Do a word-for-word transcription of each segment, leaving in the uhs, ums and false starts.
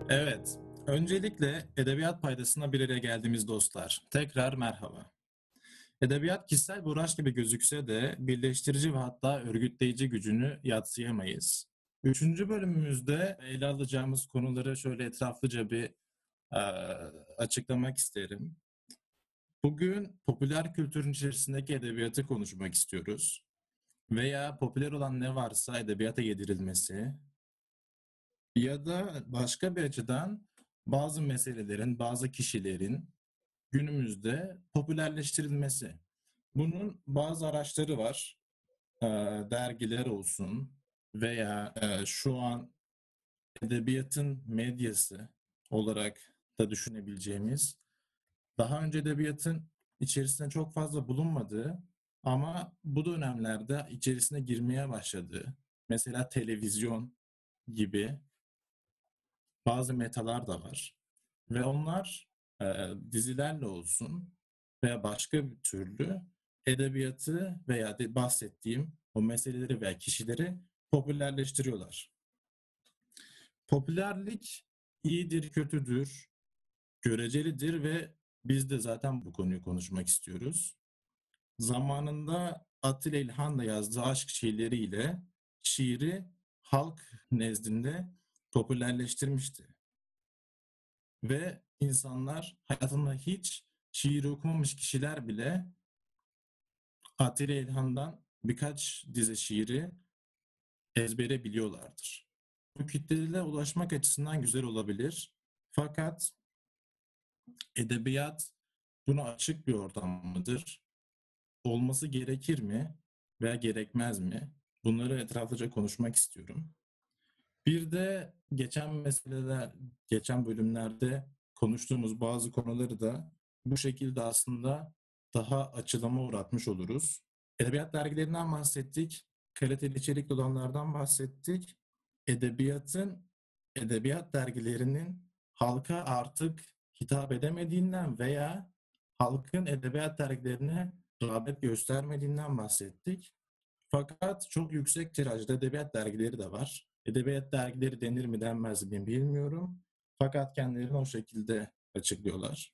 Evet, öncelikle edebiyat paydasına bir araya geldiğimiz dostlar. Tekrar merhaba. Edebiyat kişisel bir uğraş gibi gözükse de birleştirici ve hatta örgütleyici gücünü yadsıyamayız. Üçüncü bölümümüzde ele alacağımız konuları şöyle etraflıca bir eee, açıklamak isterim. Bugün popüler kültürün içerisindeki edebiyatı konuşmak istiyoruz. Veya popüler olan ne varsa edebiyata yedirilmesi ya da başka bir açıdan bazı meselelerin, bazı kişilerin günümüzde popülerleştirilmesi. Bunun bazı araçları var. Ee, dergiler olsun veya e, şu an edebiyatın medyası olarak da düşünebileceğimiz, daha önce edebiyatın içerisinde çok fazla bulunmadığı ama bu dönemlerde içerisine girmeye başladığı, mesela televizyon gibi bazı metalar da var. Ve onlar e, dizilerle olsun veya başka bir türlü edebiyatı veya de bahsettiğim o meseleleri veya kişileri popülerleştiriyorlar. Popülerlik iyidir, kötüdür, görecelidir ve biz de zaten bu konuyu konuşmak istiyoruz. Zamanında Atilla İlhan da yazdığı aşk şiirleriyle şiiri halk nezdinde popülerleştirmişti. Ve insanlar hayatında hiç şiir okumamış kişiler bile Atilla İlhan'dan birkaç dize şiiri ezbere biliyorlardır. Bu kitlelere ulaşmak açısından güzel olabilir. Fakat edebiyat buna açık bir ortam mıdır? Olması gerekir mi veya gerekmez mi? Bunları etraflıca konuşmak istiyorum. Bir de geçen meseleler, geçen bölümlerde konuştuğumuz bazı konuları da bu şekilde aslında daha açılama uğratmış oluruz. Edebiyat dergilerinden bahsettik, kaliteli içerikli olanlardan bahsettik. Edebiyatın, edebiyat dergilerinin halka artık hitap edemediğinden veya halkın edebiyat dergilerine rağbet göstermediğinden bahsettik. Fakat çok yüksek tirajda edebiyat dergileri de var. Edebiyat dergileri denir mi denmez mi bilmiyorum. Fakat kendilerini o şekilde açıklıyorlar.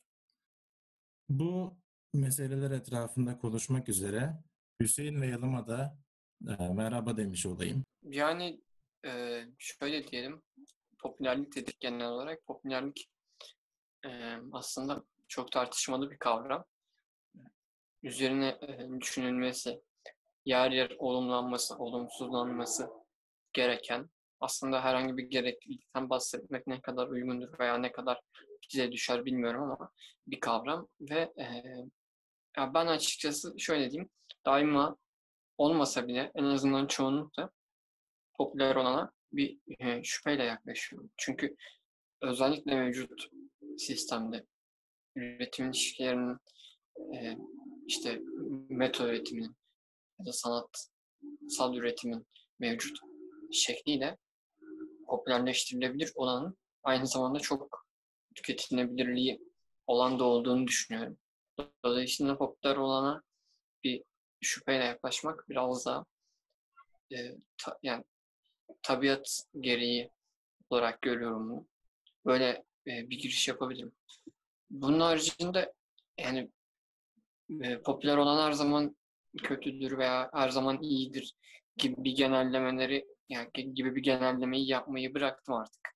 Bu meseleler etrafında konuşmak üzere Hüseyin ve Yalım'a da e, merhaba demiş olayım. Yani e, şöyle diyelim, popülerlik dedik genel olarak. Popülerlik e, aslında çok tartışmalı bir kavram. Üzerine e, düşünülmesi, yer yer olumlanması, olumsuzlanması gereken, aslında herhangi bir gereklilikten bahsetmek ne kadar uygundur veya ne kadar bize düşer bilmiyorum ama bir kavram ve e, ya ben açıkçası şöyle diyeyim, daima olmasa bile en azından çoğunlukla popüler olana bir e, şüpheyle yaklaşıyorum. Çünkü özellikle mevcut sistemde üretim ilişkilerinin e, işte meta üretiminin ya da sanatsal üretimin mevcut şekliyle popülerleştirilebilir olanın aynı zamanda çok tüketilebilirliği olan da olduğunu düşünüyorum. Dolayısıyla popüler olana bir şüpheyle yaklaşmak biraz daha e, ta, yani tabiat gereği olarak görüyorum bunu. Böyle e, bir giriş yapabilirim. Bunun haricinde yani e, popüler olan her zaman kötüdür veya her zaman iyidir gibi bir genellemeleri yani gibi bir genellemeyi yapmayı bıraktım artık.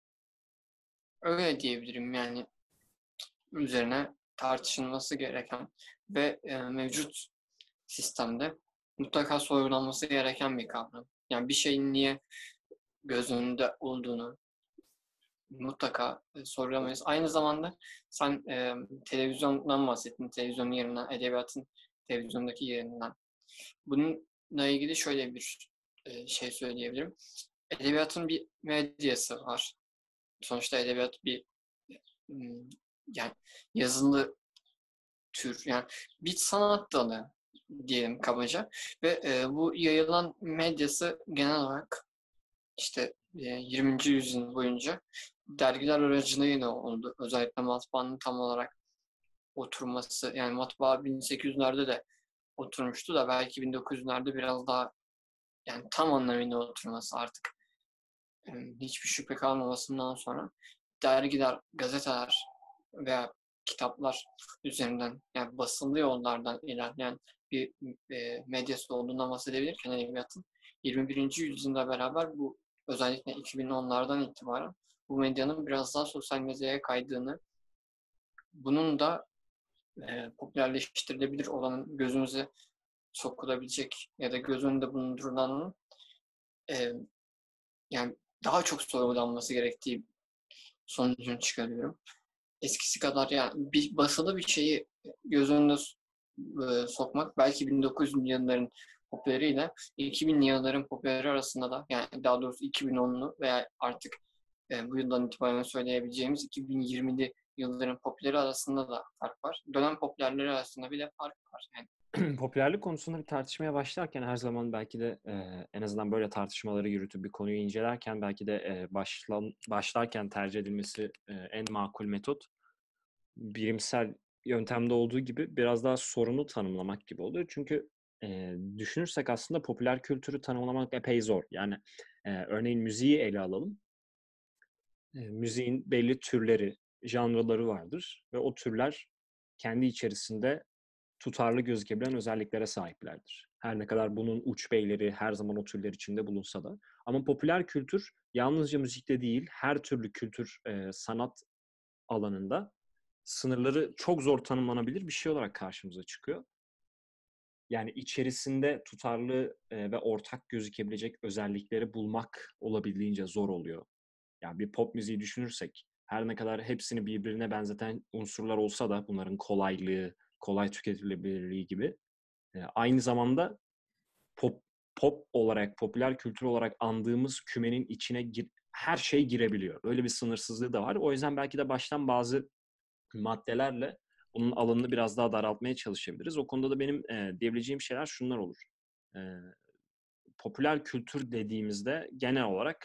Öyle diyebilirim yani üzerine tartışılması gereken ve e, mevcut sistemde mutlaka sorgulanması gereken bir kavram. Yani bir şeyin niye göz önünde olduğunu mutlaka e, sorgulamayız. Aynı zamanda sen e, televizyondan bahsettin, televizyonun yerinden, edebiyatın televizyondaki yerinden. Bununla ilgili şöyle bir e, şey söyleyebilirim. Edebiyatın bir medyası var. Sonuçta edebiyat bir m, yani yazılı tür, yani bir sanat dalı diyelim kabaca ve e, bu yayılan medyası genel olarak işte e, yirminci yüzyıl boyunca dergiler aracılığıyla oldu. Özellikle matbaanın tam olarak oturması, yani matbaa bin sekiz yüzlerde de oturmuştu da belki bin dokuz yüzlerde biraz daha yani tam anlamıyla oturması artık e, hiçbir şüphe kalmamasından sonra dergiler, gazeteler veya kitaplar üzerinden, yani basılı yollardan ilerleyen bir e, medyası olduğundan bahsedebilirken edebiyatın yirmi birinci yüzyılda beraber bu özellikle iki bin onlardan itibaren bu medyanın biraz daha sosyal medyaya kaydığını, bunun da e, popülerleştirilebilir olanın gözümüze sokulabilecek ya da göz önünde bulundurulanın e, yani daha çok sorgulanması gerektiği sonucunu çıkarıyorum. Eskisi kadar yani bir basılı bir şeyi göz önüne e, sokmak belki bin dokuz yüzlü yılların popüleriyle iki binli yılların popüleri arasında da, yani daha doğrusu iki bin onlu veya artık e, bu yıldan itibaren söyleyebileceğimiz iki bin yirmili yılların popüleri arasında da fark var. Dönem popülerleri arasında bile fark var. Yani Popülerlik konusunda bir tartışmaya başlarken her zaman belki de e, en azından böyle tartışmaları yürütüp bir konuyu incelerken belki de e, başlan, başlarken tercih edilmesi e, en makul metot bilimsel yöntemde olduğu gibi biraz daha sorunu tanımlamak gibi oluyor. Çünkü e, düşünürsek aslında popüler kültürü tanımlamak epey zor. Yani e, örneğin müziği ele alalım. E, müziğin belli türleri, janraları vardır ve o türler kendi içerisinde tutarlı gözükebilen özelliklere sahiplerdir. Her ne kadar bunun uç beyleri her zaman o türler içinde bulunsa da. Ama popüler kültür yalnızca müzikte değil, her türlü kültür, e, sanat alanında sınırları çok zor tanımlanabilir bir şey olarak karşımıza çıkıyor. Yani içerisinde tutarlı e, ve ortak gözükebilecek özellikleri bulmak olabildiğince zor oluyor. Yani bir pop müziği düşünürsek, her ne kadar hepsini birbirine benzeten unsurlar olsa da bunların kolaylığı, kolay tüketilebilirliği gibi e, aynı zamanda pop pop olarak, popüler kültür olarak andığımız kümenin içine gir, her şey girebiliyor. Öyle bir sınırsızlığı da var. O yüzden belki de baştan bazı maddelerle bunun alanını biraz daha daraltmaya çalışabiliriz. O konuda da benim e, diyebileceğim şeyler şunlar olur. E, popüler kültür dediğimizde genel olarak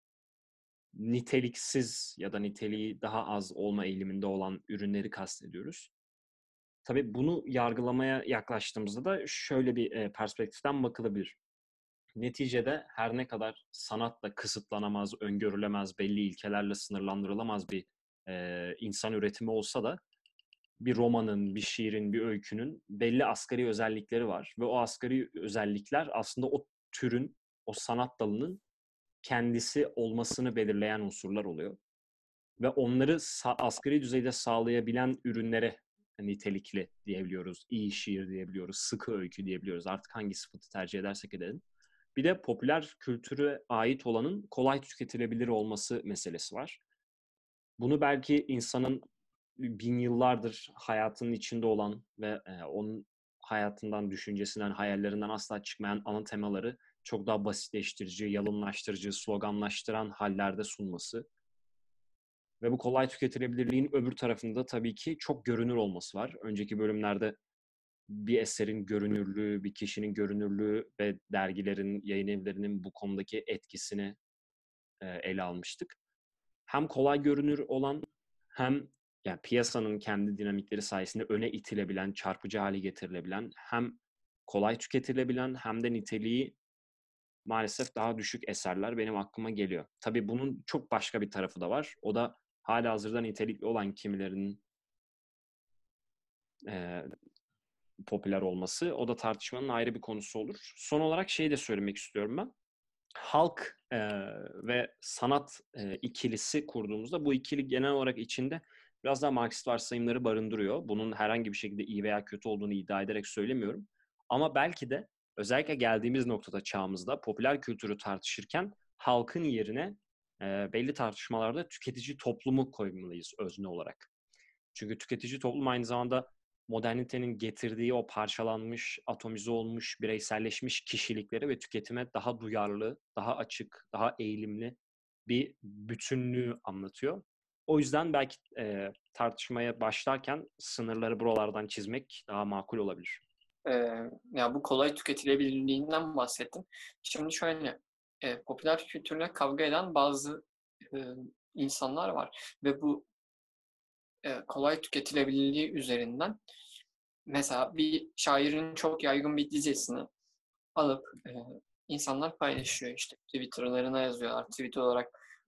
niteliksiz ya da niteliği daha az olma eğiliminde olan ürünleri kastediyoruz. Tabii bunu yargılamaya yaklaştığımızda da şöyle bir e, perspektiften bakılabilir. Neticede her ne kadar sanatla kısıtlanamaz, öngörülemez, belli ilkelerle sınırlandırılamaz bir e, insan üretimi olsa da bir romanın, bir şiirin, bir öykünün belli asgari özellikleri var. Ve o asgari özellikler aslında o türün, o sanat dalının kendisi olmasını belirleyen unsurlar oluyor. Ve onları sa- asgari düzeyde sağlayabilen ürünlere nitelikli diyebiliyoruz. İyi şiir diyebiliyoruz, sıkı öykü diyebiliyoruz. Artık hangi sıfatı tercih edersek edelim. Bir de popüler kültüre ait olanın kolay tüketilebilir olması meselesi var. Bunu belki insanın bin yıllardır hayatının içinde olan ve e, onun hayatından, düşüncesinden, hayallerinden asla çıkmayan ana temaları çok daha basitleştirici, yalınlaştırıcı, sloganlaştıran hallerde sunması. Ve bu kolay tüketilebilirliğin öbür tarafında tabii ki çok görünür olması var. Önceki bölümlerde bir eserin görünürlüğü, bir kişinin görünürlüğü ve dergilerin, yayın evlerinin bu konudaki etkisini e, ele almıştık. Hem kolay görünür olan hem yani piyasanın kendi dinamikleri sayesinde öne itilebilen, çarpıcı hale getirilebilen, hem kolay tüketilebilen hem de niteliği maalesef daha düşük eserler benim aklıma geliyor. Tabii bunun çok başka bir tarafı da var. O da halihazırda nitelikli olan kimilerinin e, popüler olması. O da tartışmanın ayrı bir konusu olur. Son olarak şeyi de söylemek istiyorum ben. Halk e, ve sanat e, ikilisi kurduğumuzda bu ikili genel olarak içinde biraz daha Marksist varsayımları barındırıyor. Bunun herhangi bir şekilde iyi veya kötü olduğunu iddia ederek söylemiyorum. Ama belki de özellikle geldiğimiz noktada çağımızda popüler kültürü tartışırken halkın yerine e, belli tartışmalarda tüketici toplumu koymalıyız özne olarak. Çünkü tüketici toplum aynı zamanda modernitenin getirdiği o parçalanmış, atomize olmuş, bireyselleşmiş kişilikleri ve tüketime daha duyarlı, daha açık, daha eğilimli bir bütünlüğü anlatıyor. O yüzden belki e, tartışmaya başlarken sınırları buralardan çizmek daha makul olabilir. e, ya bu kolay tüketilebilirliğinden bahsettim. Şimdi şöyle, e, popüler kültürle kavga eden bazı e, insanlar var ve bu e, kolay tüketilebilirliği üzerinden mesela bir şairin çok yaygın bir dizesini alıp e, insanlar paylaşıyor, işte Twitter'larına yazıyorlar, tweet olarak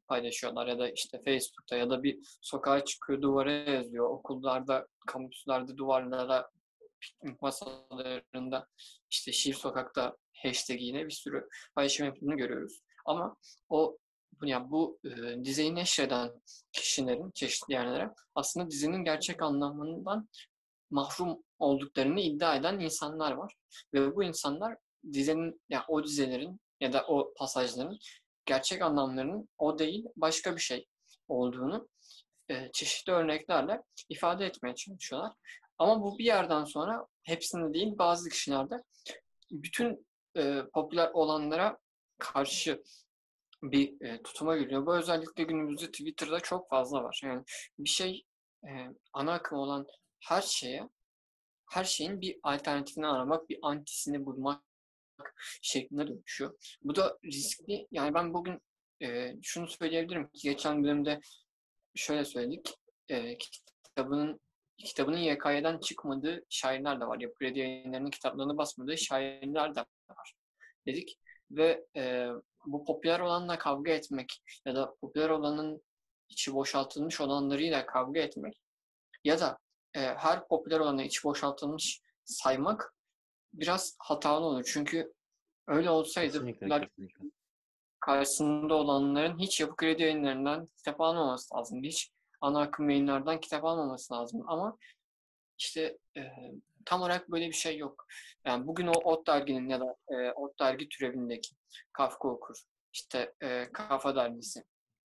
paylaşıyorlar ya da işte Facebook'ta ya da bir sokağa çıkıyor duvara yazıyor. Okullarda, kampüslerde duvarlara, piknik masalarında işte şiir sokakta hashtag yine bir sürü paylaşım yaptığını görüyoruz. Ama o yani bu e, diziyi neşreden kişilerin çeşitli yerlere aslında dizinin gerçek anlamından mahrum olduklarını iddia eden insanlar var. Ve bu insanlar dizinin, ya o dizelerin ya da o pasajların gerçek anlamlarının o değil başka bir şey olduğunu e, çeşitli örneklerle ifade etmeye çalışıyorlar. Ama bu bir yerden sonra hepsinde değil bazı kişilerde bütün e, popüler olanlara karşı bir e, tutuma giriyor. Bu özellikle günümüzde Twitter'da çok fazla var. Yani bir şey e, ana akım olan her şeye her şeyin bir alternatifini aramak, bir antisini bulmak şeklinde dönüşüyor. Bu da riskli. Yani ben bugün e, şunu söyleyebilirim ki geçen bölümde şöyle söyledik. E, kitabının kitabının Y K Y'den çıkmadığı şairler de var. Yapı Kredi Yayınları'nın kitaplarını basmadığı şairler de var dedik. Ve e, bu popüler olanla kavga etmek ya da popüler olanın içi boşaltılmış olanlarıyla kavga etmek ya da e, her popüler olanı içi boşaltılmış saymak biraz hatalı olur. Çünkü öyle olsaydı Kesinlikle, popüler kesinlikle. karşısında olanların hiç Yapı Kredi Yayınları'ndan kitap almaması lazım. Hiç ana akım yayınlardan kitap almaması lazım. Ama işte e, tam olarak böyle bir şey yok. Yani bugün o Ot Dergi'nin ya da e, Ot Dergi türevindeki Kafka Okur, işte e, Kafa Dergisi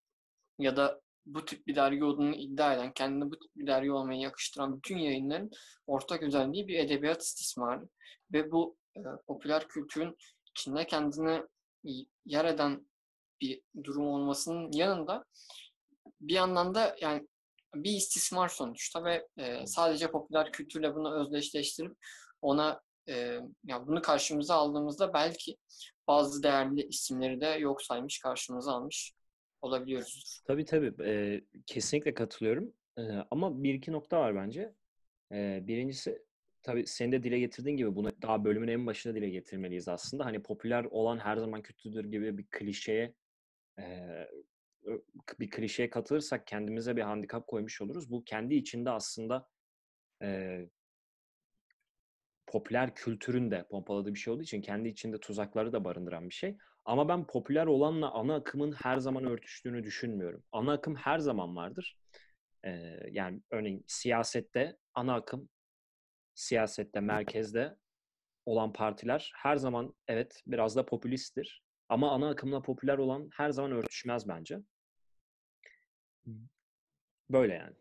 ya da bu tip bir dergi olduğunu iddia eden, kendini bu tip bir dergi olmaya yakıştıran bütün yayınların ortak özelliği bir edebiyat istismarı. Ve bu e, popüler kültürün içinde kendine yer eden bir durum olmasının yanında bir yandan da yani bir istismar sonuçta ve e, sadece popüler kültürle bunu özdeşleştirip ona e, yani bunu karşımıza aldığımızda belki bazı değerli isimleri de yok saymış, karşımıza almış olabiliyoruz. Tabii tabii. Eee, kesinlikle katılıyorum. Eee, ama bir iki nokta var bence. Eee, birincisi tabii senin de dile getirdiğin gibi bunu daha bölümün en başında dile getirmeliyiz aslında. Hani popüler olan her zaman kötüdür gibi bir klişeye eee, bir klişeye katılırsak kendimize bir handikap koymuş oluruz. Bu kendi içinde aslında eee, popüler kültürün de pompaladığı bir şey olduğu için kendi içinde tuzakları da barındıran bir şey. Ama ben popüler olanla ana akımın her zaman örtüştüğünü düşünmüyorum. Ana akım her zaman vardır. Ee, yani örneğin siyasette ana akım, siyasette merkezde olan partiler her zaman evet biraz da popülisttir. Ama ana akımla popüler olan her zaman örtüşmez bence. Böyle yani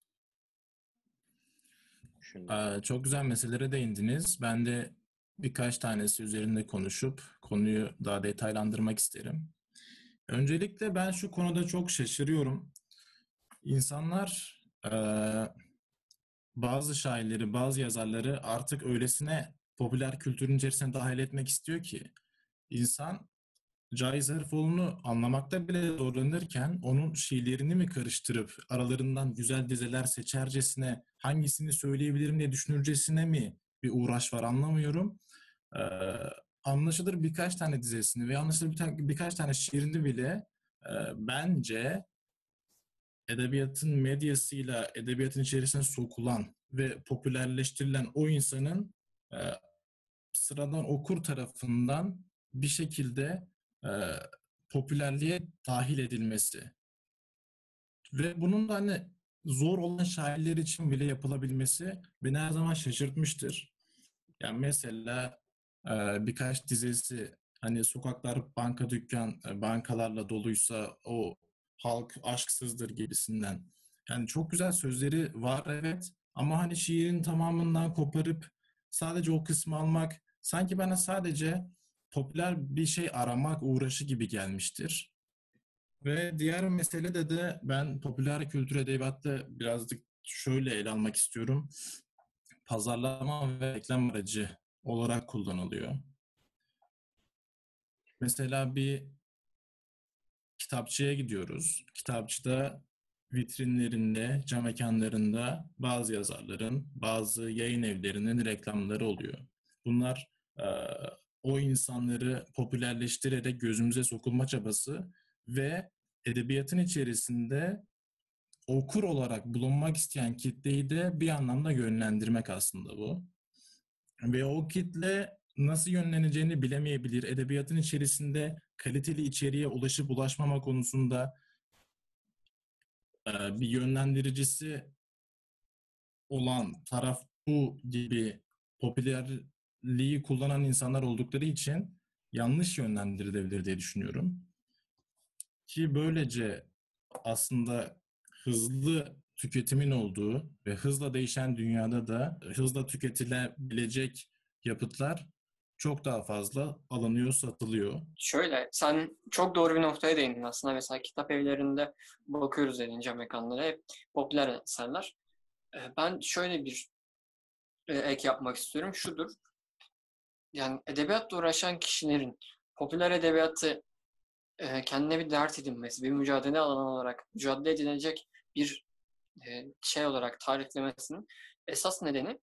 düşündüm. Ee, Çok güzel meselelere değindiniz. Ben de birkaç tanesi üzerinde konuşup konuyu daha detaylandırmak isterim. Öncelikle ben şu konuda çok şaşırıyorum. İnsanlar eee, bazı şairleri, bazı yazarları artık öylesine popüler kültürün içerisine dahil etmek istiyor ki insan Cahit Zarifoğlu'nu anlamakta bile zorlanırken onun şiirlerini mi karıştırıp aralarından güzel dizeler seçercesine hangisini söyleyebilirim diye düşünürcesine mi bir uğraş var anlamıyorum. Ee, Anlaşılır birkaç tane dizesini ve anlaşılır bir ta- birkaç tane şiirini bile e, bence edebiyatın medyasıyla edebiyatın içerisine sokulan ve popülerleştirilen o insanın e, sıradan okur tarafından bir şekilde e, popülerliğe dahil edilmesi ve bunun da hani zor olan şairler için bile yapılabilmesi beni her zaman şaşırtmıştır. Yani mesela e, birkaç dizesi hani sokaklar banka dükkan e, bankalarla doluysa o halk aşksızdır gibisinden. Yani çok güzel sözleri var evet ama hani şiirin tamamından koparıp sadece o kısmı almak sanki bana sadece popüler bir şey aramak uğraşı gibi gelmiştir. Ve diğer mesele de de ben popüler kültür edebiyatta birazcık şöyle ele almak istiyorum. Pazarlama ve reklam aracı olarak kullanılıyor. Mesela bir kitapçıya gidiyoruz. Kitapçıda vitrinlerinde, cam mekanlarında bazı yazarların, bazı yayın evlerinin reklamları oluyor. Bunlar e, o insanları popülerleştirerek gözümüze sokulma çabası ve edebiyatın içerisinde okur olarak bulunmak isteyen kitleyi de bir anlamda yönlendirmek aslında bu. Ve o kitle nasıl yönleneceğini bilemeyebilir. Edebiyatın içerisinde kaliteli içeriğe ulaşıp ulaşmama konusunda e, bir yönlendiricisi olan taraf bu gibi popülerliği kullanan insanlar oldukları için yanlış yönlendirilebilir diye düşünüyorum. Ki böylece aslında hızlı tüketimin olduğu ve hızla değişen dünyada da hızla tüketilebilecek yapıtlar çok daha fazla alınıyor, satılıyor. Şöyle, sen çok doğru bir noktaya değindin aslında. Mesela kitap evlerinde bakıyoruz edince mekanlara hep popüler eserler. Ee, Ben şöyle bir e, ek yapmak istiyorum. Şudur, yani edebiyatla uğraşan kişilerin popüler edebiyatı e, kendine bir dert edinmesi, bir mücadele alanı olarak mücadele edilecek bir e, şey olarak tariflemesinin esas nedeni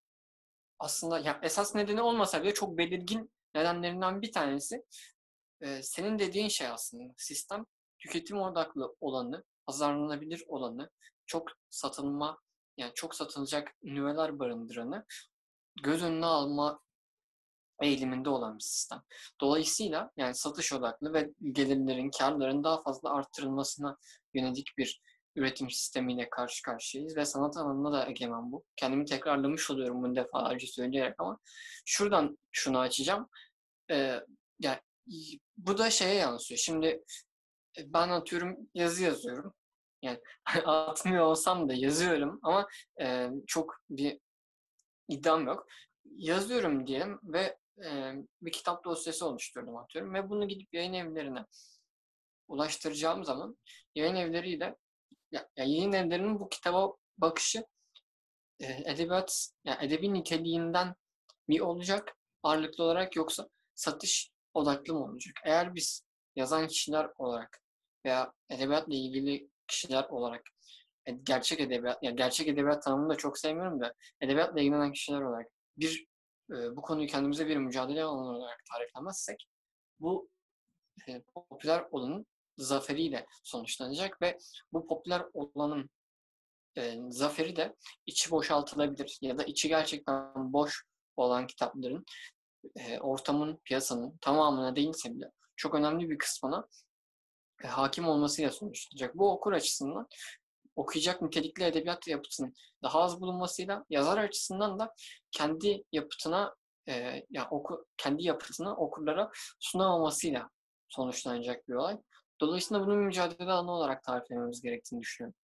aslında ya esas nedeni olmasa bile çok belirgin nedenlerinden bir tanesi e, senin dediğin şey aslında. Sistem tüketim odaklı olanı, pazarlanabilir olanı, çok satılma yani çok satılacak nüveler barındıranı göz önüne alma eğiliminde olan bir sistem. Dolayısıyla yani satış odaklı ve gelirlerin, karların daha fazla arttırılmasına yönelik bir üretim sistemiyle karşı karşıyayız ve sanat alanında da egemen bu. Kendimi tekrarlamış oluyorum bunu defalarca söyleyerek ama şuradan şunu açacağım. Ee, yani bu da şeye yansıyor. Şimdi ben atıyorum yazı yazıyorum. Yani atmıyor olsam da yazıyorum ama e, çok bir iddiam yok. Yazıyorum diyelim ve e, bir kitap dosyası oluşturdum atıyorum ve bunu gidip yayın evlerine ulaştıracağım zaman yayın evleriyle ya, ya yayın evlerinin bu kitaba bakışı e, edebiyat yani edebi niteliğinden mi olacak ağırlıklı olarak yoksa satış odaklı mı olacak? Eğer biz yazan kişiler olarak veya edebiyatla ilgili kişiler olarak e, gerçek edebiyat, yani gerçek edebiyat tanımını da çok sevmiyorum da edebiyatla ilgilenen kişiler olarak bir e, bu konuyu kendimize bir mücadele alanı olarak tariflemezsek bu e, popüler olanın zaferiyle sonuçlanacak ve bu popüler olanın e, zaferi de içi boşaltılabilir ya da içi gerçekten boş olan kitapların e, ortamın, piyasanın tamamına değilse bile çok önemli bir kısmına e, hakim olmasıyla sonuçlanacak. Bu okur açısından okuyacak nitelikli edebiyat yapıtının daha az bulunmasıyla yazar açısından da kendi yapıtına e, yani oku, kendi yapıtını okurlara sunamamasıyla sonuçlanacak bir olay. Dolayısıyla bunu bir mücadele alanı olarak tariflememiz gerektiğini düşünüyorum.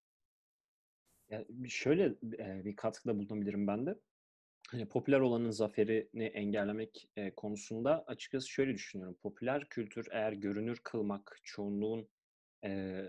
Yani şöyle e, bir katkıda bulunabilirim ben de. Hani popüler olanın zaferini engellemek e, konusunda açıkçası şöyle düşünüyorum. Popüler kültür eğer görünür kılmak, çoğunluğun e,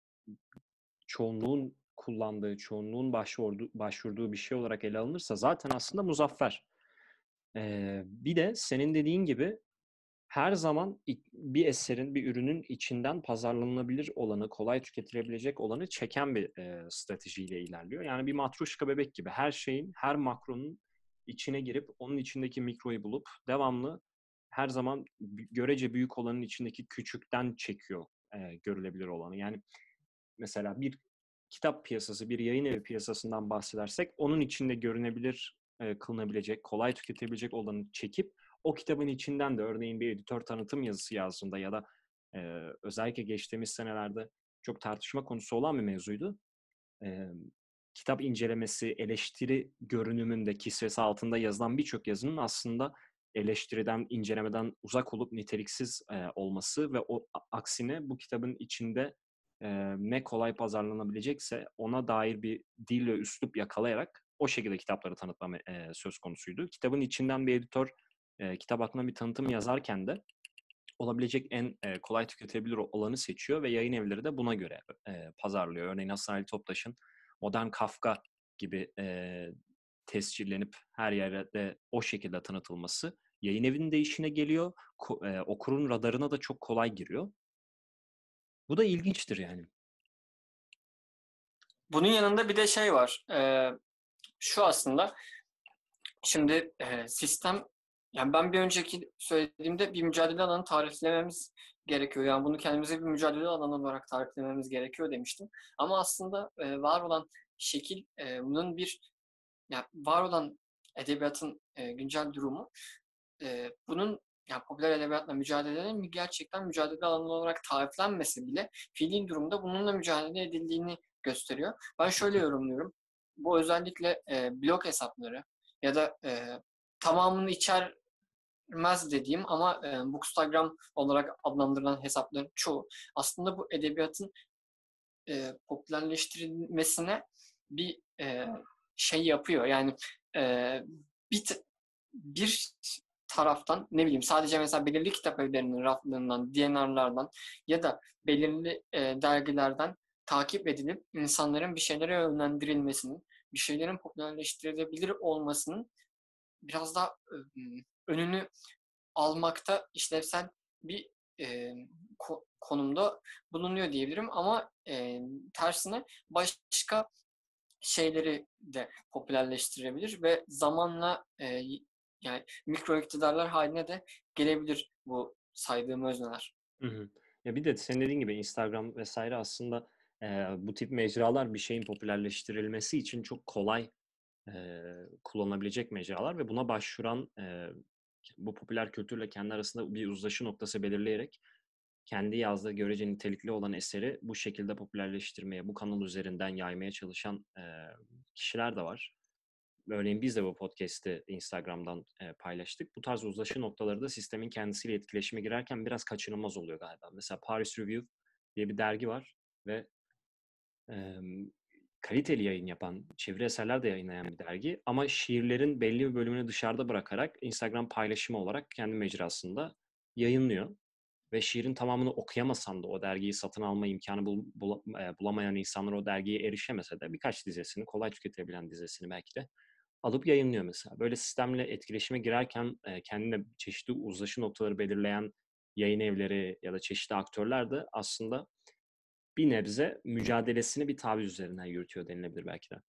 çoğunluğun kullandığı, çoğunluğun başvurduğu, başvurduğu bir şey olarak ele alınırsa zaten aslında muzaffer. E, bir de senin dediğin gibi her zaman bir eserin, bir ürünün içinden pazarlanabilir olanı, kolay tüketilebilecek olanı çeken bir e, stratejiyle ilerliyor. Yani bir matruşka bebek gibi her şeyin, her makronun içine girip onun içindeki mikroyu bulup devamlı her zaman görece büyük olanın içindeki küçükten çekiyor e, görülebilir olanı. Yani mesela bir kitap piyasası, bir yayın evi piyasasından bahsedersek onun içinde görünebilir, e, kılınabilecek, kolay tüketebilecek olanı çekip o kitabın içinden de örneğin bir editör tanıtım yazısı yazdığında ya da e, özellikle geçtiğimiz senelerde çok tartışma konusu olan bir mevzuydu. E, kitap incelemesi, eleştiri görünümünde kisvesi altında yazılan birçok yazının aslında eleştiriden, incelemeden uzak olup niteliksiz e, olması ve o aksine bu kitabın içinde e, ne kolay pazarlanabilecekse ona dair bir dil ve üslup yakalayarak o şekilde kitapları tanıtma e, söz konusuydu. Kitabın içinden bir editör e, kitap hakkında bir tanıtım yazarken de olabilecek en e, kolay tüketilebilir olanı seçiyor ve yayın evleri de buna göre e, pazarlıyor. Örneğin Hasan Ali Toptaş'ın Modern Kafka gibi e, tescillenip her yerde o şekilde tanıtılması yayın evinin de işine geliyor. Ko- e, okurun radarına da çok kolay giriyor. Bu da ilginçtir yani. Bunun yanında bir de şey var. E, şu aslında şimdi e, sistem yani ben bir önceki söylediğimde bir mücadele alanı tariflememiz gerekiyor. Yani bunu kendimize bir mücadele alanı olarak tariflememiz gerekiyor demiştim. Ama aslında e, var olan şekil e, bunun bir yani var olan edebiyatın e, güncel durumu e, bunun yani popüler edebiyatla mücadelenin bir gerçekten mücadele alanı olarak tariflenmesi bile fiili durumda bununla mücadele edildiğini gösteriyor. Ben şöyle yorumluyorum. Bu özellikle e, blog hesapları ya da e, tamamını içermez dediğim ama e, Bookstagram olarak adlandırılan hesapların çoğu aslında bu edebiyatın e, popülerleştirilmesine bir e, şey yapıyor. Yani e, bir t- bir taraftan ne bileyim sadece mesela belirli kitap evlerinin raflarından, D and R'lardan ya da belirli e, dergilerden takip edilip insanların bir şeylere yönlendirilmesinin, bir şeylerin popülerleştirilebilir olmasının biraz daha e, önünü almakta işlevsel bir e, ko- konumda bulunuyor diyebilirim. Ama e, tersine başka şeyleri de popülerleştirebilir ve zamanla e, yani mikro iktidarlar haline de gelebilir bu saydığım özneler. Hı hı. Ya bir de senin dediğin gibi Instagram vesaire aslında e, bu tip mecralar bir şeyin popülerleştirilmesi için çok kolay e, kullanılabilecek mecralar ve buna başvuran e, bu popüler kültürle kendi arasında bir uzlaşı noktası belirleyerek kendi yazdığı görece nitelikli olan eseri bu şekilde popülerleştirmeye, bu kanal üzerinden yaymaya çalışan e, kişiler de var. Örneğin biz de bu podcast'i Instagram'dan e, paylaştık. Bu tarz uzlaşı noktaları da sistemin kendisiyle etkileşime girerken biraz kaçınılmaz oluyor galiba. Mesela Paris Review diye bir dergi var ve e, kaliteli yayın yapan, çeviri eserler de yayınlayan bir dergi. Ama şiirlerin belli bir bölümünü dışarıda bırakarak Instagram paylaşımı olarak kendi mecrasında yayınlıyor. Ve şiirin tamamını okuyamasan da o dergiyi satın alma imkanı bul, bul, e, bulamayan insanlar o dergiye erişemese de birkaç dizesini, kolay tüketebilen dizesini belki de alıp yayınlıyor mesela. Böyle sistemle etkileşime girerken e, kendine çeşitli uzlaşı noktaları belirleyen yayın evleri ya da çeşitli aktörler de aslında bir nebze mücadelesini bir taviz üzerinden yürütüyor denilebilir belki de.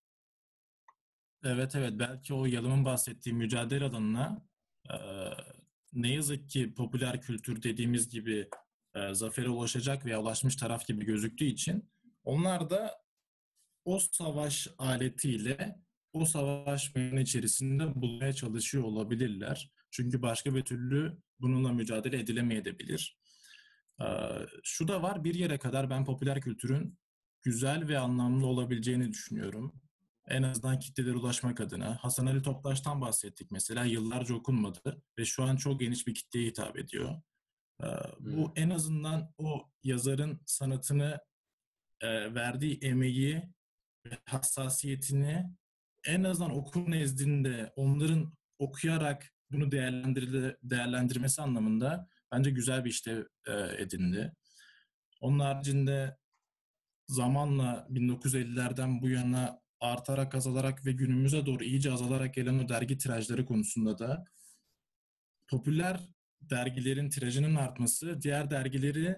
Evet, evet, belki o Yalım'ın bahsettiği mücadele alanına e, ne yazık ki popüler kültür dediğimiz gibi e, zafere ulaşacak veya ulaşmış taraf gibi gözüktüğü için onlar da o savaş aletiyle o savaş meydanı içerisinde bulmaya çalışıyor olabilirler. Çünkü başka bir türlü bununla mücadele edilemeyebilir. Ee, Şu da var, bir yere kadar ben popüler kültürün güzel ve anlamlı olabileceğini düşünüyorum. En azından kitlelere ulaşmak adına. Hasan Ali Toptaş'tan bahsettik mesela. Yıllarca okunmadı ve şu an çok geniş bir kitleye hitap ediyor. Ee, Hmm. Bu en azından o yazarın sanatını e, verdiği emeği ve hassasiyetini en azından okur nezdinde onların okuyarak bunu değerlendir değerlendirmesi anlamında bence güzel bir işlev e, edindi. Onun haricinde zamanla bin dokuz yüz ellilerden bu yana artarak azalarak ve günümüze doğru iyice azalarak gelen o dergi tirajları konusunda da popüler dergilerin tirajının artması diğer dergileri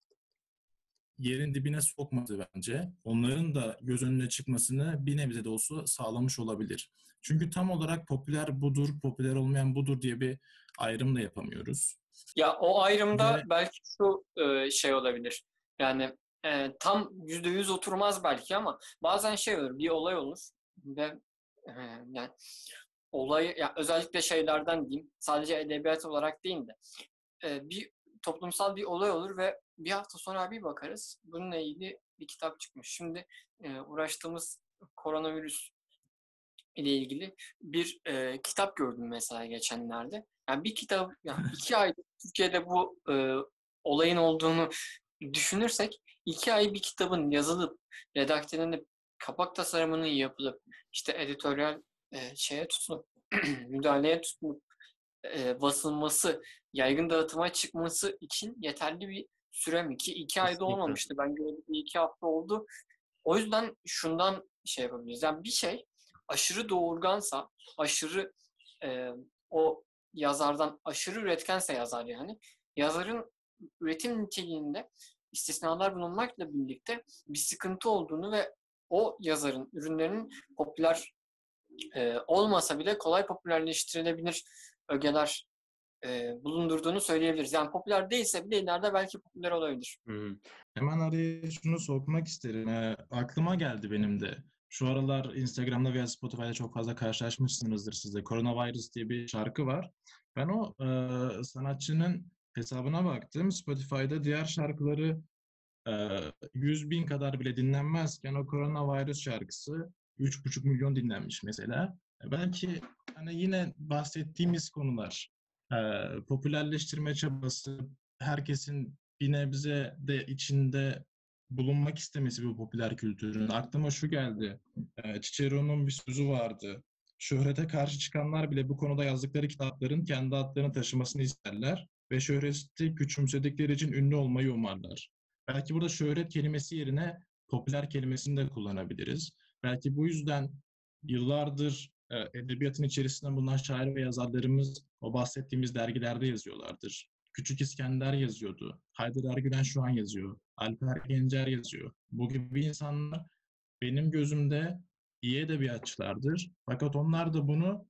yerin dibine sokmadı bence. Onların da göz önüne çıkmasını bir nebze de olsa sağlamış olabilir. Çünkü tam olarak popüler budur, popüler olmayan budur diye bir ayrım da yapamıyoruz. Ya o ayrımda Ve belki şu e, şey olabilir. Yani e, tam yüzde yüz oturmaz belki ama bazen şey olur, bir olay olur ve e, yani olay ya özellikle şeylerden diyeyim, sadece edebiyat olarak değil de e, bir toplumsal bir olay olur ve bir hafta sonra bir bakarız bununla ilgili bir kitap çıkmış. Şimdi e, uğraştığımız koronavirüs ile ilgili bir e, kitap gördüm mesela geçenlerde. Yani bir kitap, yani iki aydır Türkiye'de bu e, olayın olduğunu düşünürsek iki ay bir kitabın yazılıp, redaktelenip, kapak tasarımının yapılıp, işte editoryal e, şeye tutulup, müdahaleye tutulup, e, basılması, yaygın dağıtıma çıkması için yeterli bir süre mi ki? iki ayda Kesinlikle. olmamıştı. Ben gördüm bir iki hafta oldu. O yüzden şundan şey yapabiliriz. Yani bir şey aşırı doğurgansa, aşırı e, o yazardan aşırı üretkense yazar yani, yazarın üretim niteliğinde istisnalar bulunmakla birlikte bir sıkıntı olduğunu ve o yazarın ürünlerinin popüler e, olmasa bile kolay popülerleştirilebilir ögeler e, bulundurduğunu söyleyebiliriz. Yani popüler değilse bile ileride belki popüler olabilir. Hı. Hemen araya şunu sokmak isterim. Ee, aklıma geldi benim de. Şu aralar Instagram'da veya Spotify'da çok fazla karşılaşmışsınızdır siz de. Coronavirus diye bir şarkı var. Ben o e, sanatçının hesabına baktım. Spotify'da diğer şarkıları e, yüz bin kadar bile dinlenmezken o Coronavirus şarkısı üç buçuk milyon dinlenmiş mesela. E, Belki hani yine bahsettiğimiz konular, e, popülerleştirme çabası, herkesin bir nebze de içinde bulunmak istemesi bu popüler kültürün. Aklıma şu geldi. E, Cicero'nun bir sözü vardı. Şöhrete karşı çıkanlar bile bu konuda yazdıkları kitapların kendi adlarını taşımasını isterler ve şöhreti küçümsedikleri için ünlü olmayı umarlar. Belki burada şöhret kelimesi yerine popüler kelimesini de kullanabiliriz. Belki bu yüzden yıllardır e, edebiyatın içerisinde bulunan şair ve yazarlarımız o bahsettiğimiz dergilerde yazıyorlardır. Küçük İskender yazıyordu. Haydar Ergülen şu an yazıyor. Alper Gencer yazıyor. Bu gibi insanlar benim gözümde iyi edebiyatçılardır. Fakat onlar da bunu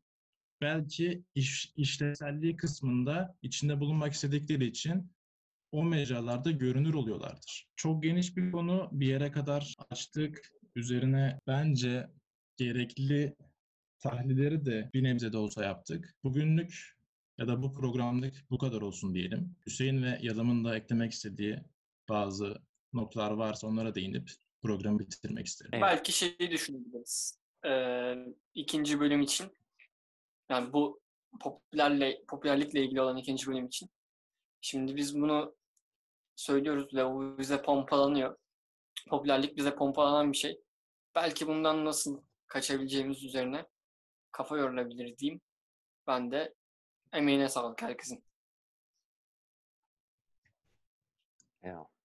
belki iş, işlevselliği kısmında içinde bulunmak istedikleri için o mecralarda görünür oluyorlardır. Çok geniş bir konu, bir yere kadar açtık. Üzerine bence gerekli tahlilleri de bir nebze de olsa yaptık. Bugünlük ya da bu programlık bu kadar olsun diyelim. Hüseyin ve Yalım'ın da eklemek istediği bazı noktalar varsa onlara değinip programı bitirmek isterim. Evet. Belki şeyi düşünebiliriz. Ee, ikinci bölüm için. Yani bu popülerle, popülerlikle ilgili olan ikinci bölüm için. Şimdi biz bunu söylüyoruz ve bu bize pompalanıyor. Popülerlik bize pompalanan bir şey. Belki bundan nasıl kaçabileceğimiz üzerine kafa yorulabilir diyeyim. Ben de emeğine sağlık herkesin. Ya.